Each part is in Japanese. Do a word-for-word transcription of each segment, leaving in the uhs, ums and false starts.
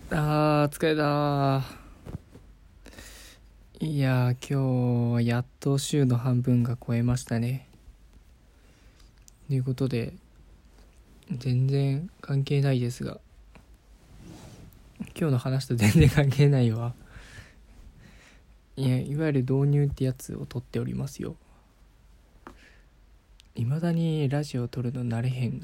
あー疲れた。いやー今日はやっと週の半分が超えましたね。ということで全然関係ないですが、今日の話と全然関係ないわ。いやいわゆる導入ってやつを撮っておりますよ。未だにラジオを撮るの慣れへんな。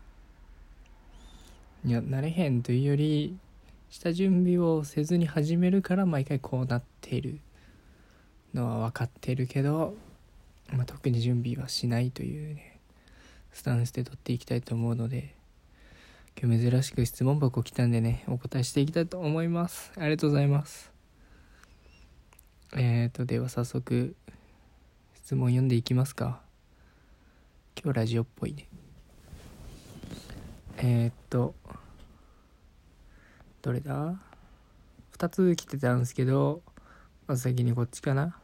いや慣れへんというより、下準備をせずに始めるから毎回こうなっているのは分かってるけど、まあ、特に準備はしないというねスタンスで撮っていきたいと思うので、今日珍しく質問箱来たんでね、お答えしていきたいと思います。ありがとうございます。えーとでは早速質問読んでいきますか。今日ラジオっぽいね。えーっとどれだふたつ来てたんですけど、まず先にこっちかな。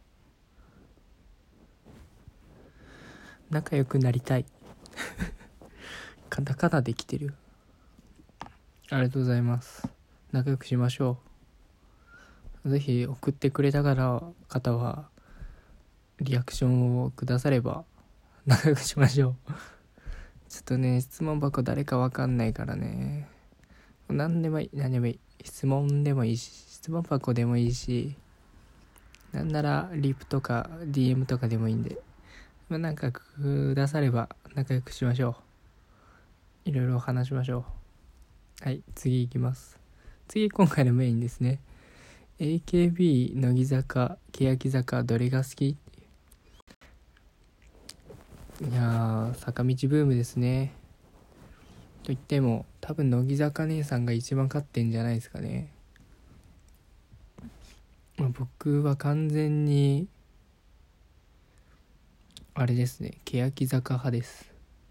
仲良くなりたいカタカナで来てる。ありがとうございます。仲良くしましょう。ぜひ送ってくれた方はリアクションをくだされば仲良くしましょうちょっとね、質問箱誰かわかんないからね、何でもいい、何でもいい、質問でもいいし、質問箱でもいいし、なんならリプとか ディーエム とかでもいいんで、まあ、なんかくだされば仲良くしましょう。いろいろ話しましょう。はい、次行きます。次、今回のメインですね。 エーケービー 乃木坂欅坂どれが好き。いやー坂道ブームですね。と言っても多分乃木坂姉さんが一番勝ってんじゃないですかね。まあ、僕は完全にあれですね、欅坂派です。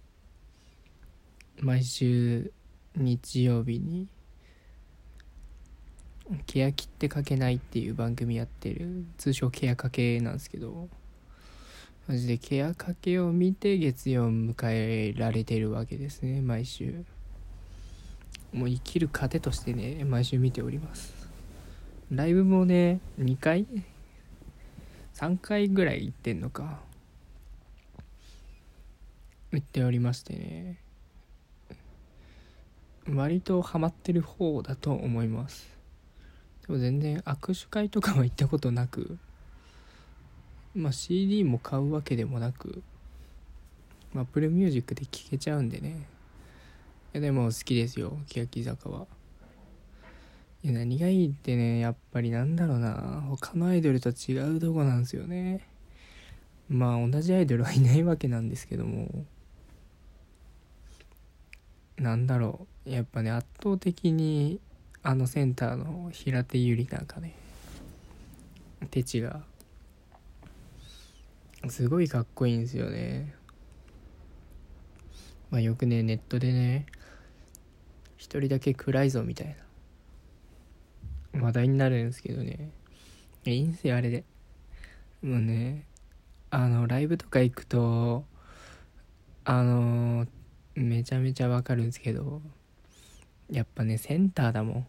毎週日曜日に欅って書けないっていう番組やってる、通称ケアかけなんですけど、マジでケアかけを見て月曜を迎えられてるわけですね。毎週もう生きる糧としてね、毎週見ております。ライブもね、にかいさんかいぐらい行ってんのか行っておりましてね、割とハマってる方だと思います。でも全然握手会とかは行ったことなく、まあ シーディー も買うわけでもなく、まあ Apple Music で聴けちゃうんでね。いやでも好きですよ、欅坂は。いや何がいいってね、やっぱりなんだろうな、他のアイドルと違うとこなんですよね。まあ同じアイドルはいないわけなんですけども、なんだろう、やっぱね、圧倒的にあのセンターの平手友梨なんかね、手チがすごいかっこいいんですよね。まあよくね、ネットでね、一人だけ暗いぞみたいな話題になるんですけどね、いいんすよあれで。もうね、あのライブとか行くとあのめちゃめちゃわかるんですけど、やっぱねセンターだもん。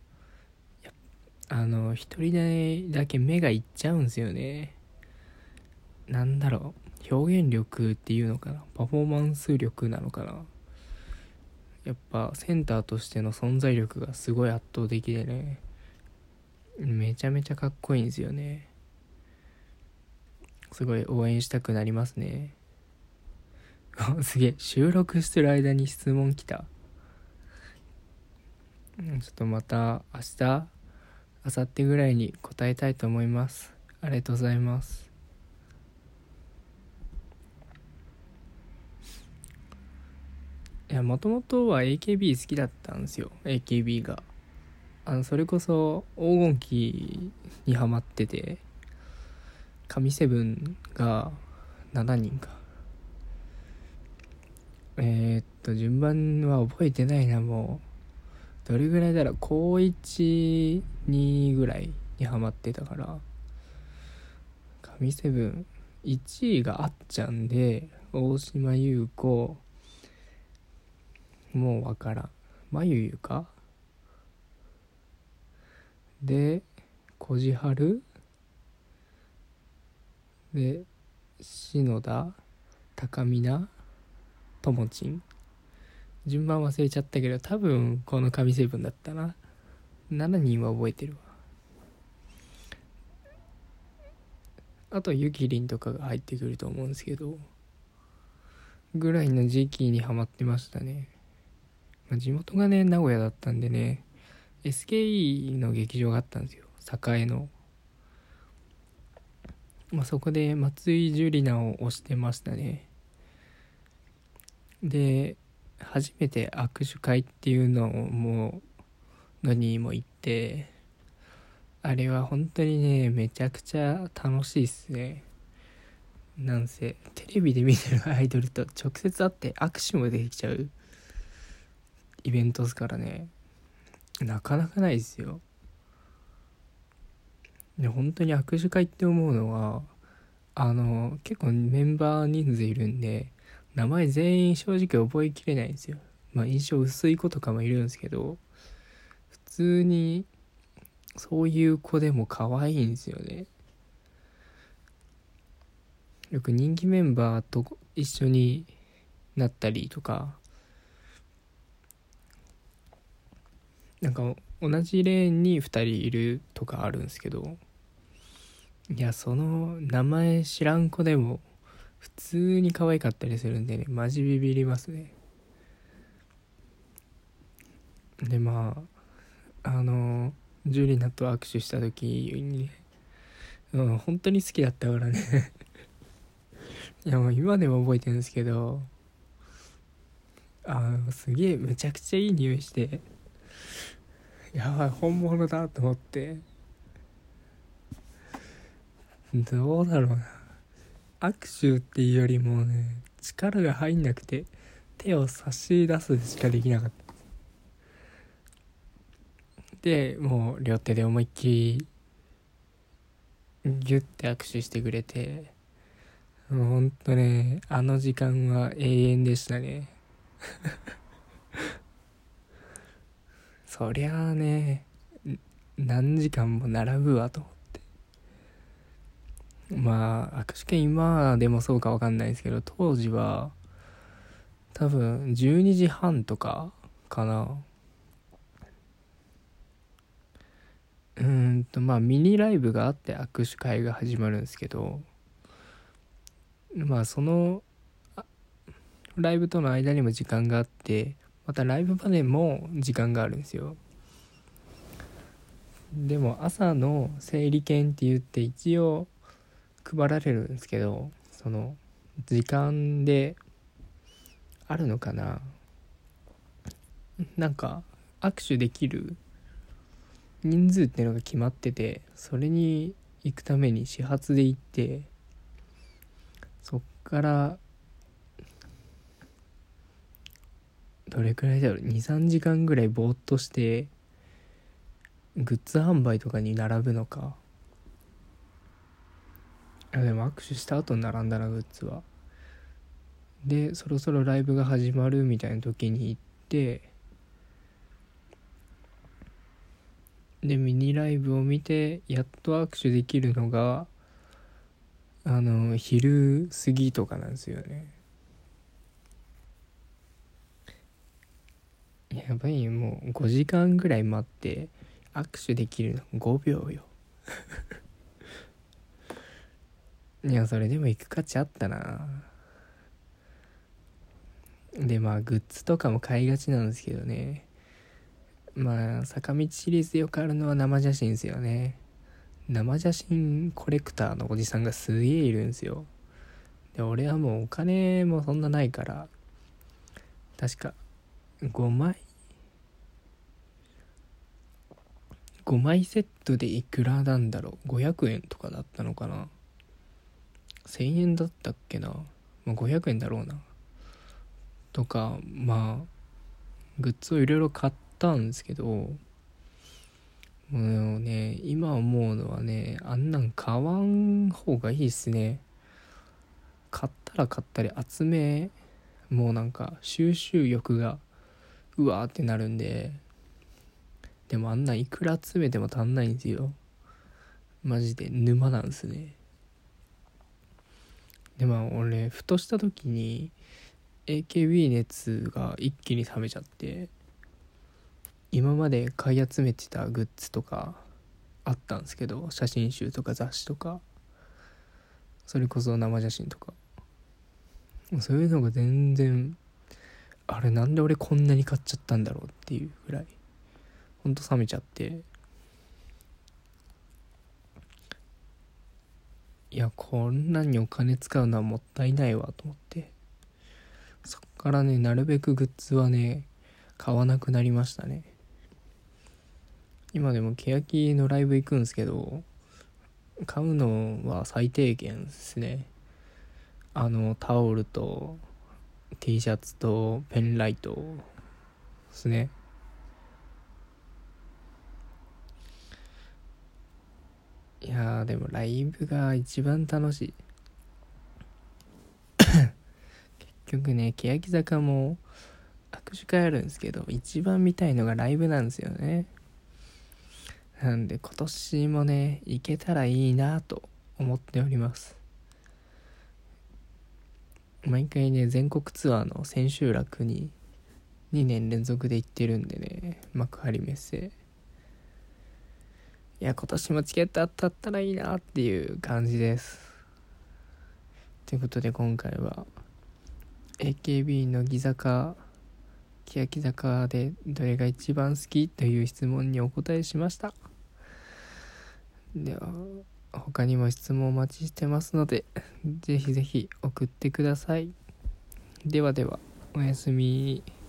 あの一人だけ目がいっちゃうんですよね。なんだろう、表現力っていうのかな、パフォーマンス力なのかな。やっぱセンターとしての存在力がすごい圧倒的でね、めちゃめちゃかっこいいんですよね。すごい応援したくなりますね。すげえ、収録してる間に質問来た。ちょっとまた明日明後日ぐらいに答えたいと思います。ありがとうございます。いや、もともとは エーケービー 好きだったんですよ。 エーケービー があのそれこそ黄金期にハマってて、神セブンがしちにんか、えー、っと順番は覚えてないな。もうどれぐらいだろう、高いち、にぐらいにハマってたから、神セブンいちいがあっちゃんで、大島優子、もうわからん、まゆゆか、 でこじはるで篠田高見菜ともちん、順番忘れちゃったけど多分この神成分だったな。しちにんは覚えてるわ。あとゆきりんとかが入ってくると思うんですけど、ぐらいの時期にハマってましたね。まあ、地元がね名古屋だったんでね、 エスケーイー の劇場があったんですよ、栄の。まあ、そこで松井樹里奈を推してましたね。で初めて握手会っていうのをもうのにも行って、あれは本当にねめちゃくちゃ楽しいっすね。なんせテレビで見てるアイドルと直接会って握手もできちゃうイベントですからね、なかなかないですよ。で本当に握手会って思うのは、あの結構メンバー人数いるんで名前全員正直覚えきれないんですよ。まあ印象薄い子とかもいるんですけど、普通にそういう子でも可愛いんですよね。よく人気メンバーと一緒になったりとか、なんか同じレーンにふたりいるとかあるんですけど、いやその名前知らん子でも普通に可愛かったりするんでね、マジビビりますね。でまああのジュリナと握手した時にね、うん、本当に好きだったからねいやもう今でも覚えてるんですけど、あすげえめちゃくちゃいい匂いして、やばい本物だと思って、どうだろうな、握手っていうよりもね力が入んなくて手を差し出すしかできなかった。でもう両手で思いっきりギュッて握手してくれて、もうほんとねあの時間は永遠でしたねそりゃあね何時間も並ぶわと思って、まあ握手券今でもそうか分かんないですけど、当時は多分じゅうにじはんとかかな。うーんとまあミニライブがあって握手会が始まるんですけど、まあそのライブとの間にも時間があって、またライブまでも時間があるんですよ。でも朝の整理券って言って一応配られるんですけど、その時間であるのかな、なんか握手できる人数っていうのが決まってて、それに行くために始発で行って、そっからどれくらいだろう に,さん 時間ぐらいぼーっとしてグッズ販売とかに並ぶのか。あでも握手した後に並んだなグッズは。でそろそろライブが始まるみたいな時に行って、でミニライブを見てやっと握手できるのがあの昼過ぎとかなんですよね。やばいよ、もうごじかんぐらい待って握手できるのごびょうよいやそれでも行く価値あったな。でまあグッズとかも買いがちなんですけどね、まあ坂道シリーズでよくあるのは生写真ですよね。生写真コレクターのおじさんがすげえいるんですよ。で俺はもうお金もそんなないから、確かごまいごまいセットでいくらなんだろう、ごひゃくえんとかだったのかな、せんえんだったっけな、まあ、ごひゃくえんだろうなとか、まあグッズをいろいろ買ったんですけど、もうね今思うのはね、あんなん買わん方がいいっすね。買ったら買ったり集め、もうなんか収集欲がうわーってなるんで、 でもあんないくら集めても足んないんですよ。マジで沼なんですね。でまあ俺ふとした時に エーケービー 熱が一気に冷めちゃって、今まで買い集めてたグッズとかあったんですけど、写真集とか雑誌とかそれこそ生写真とか、そういうのが全然、あれなんで俺こんなに買っちゃったんだろうっていうぐらいほんと冷めちゃって、いやこんなにお金使うのはもったいないわと思って、そっからねなるべくグッズはね買わなくなりましたね。今でも欅のライブ行くんですけど、買うのは最低限ですね。あのタオルと T シャツとペンライトですね。いやーでもライブが一番楽しい。結局ね欅坂も握手会あるんですけど、一番見たいのがライブなんですよね。なんで今年もね行けたらいいなと思っております。毎回ね全国ツアーの千秋楽ににねん連続で行ってるんでね、幕張メッセ、いや今年もチケット当たったらいいなっていう感じです。ということで今回は エーケービー の乃木坂欅坂でどれが一番好きという質問にお答えしました。では他にも質問お待ちしてますので、ぜひぜひ送ってください。ではでは、おやすみ。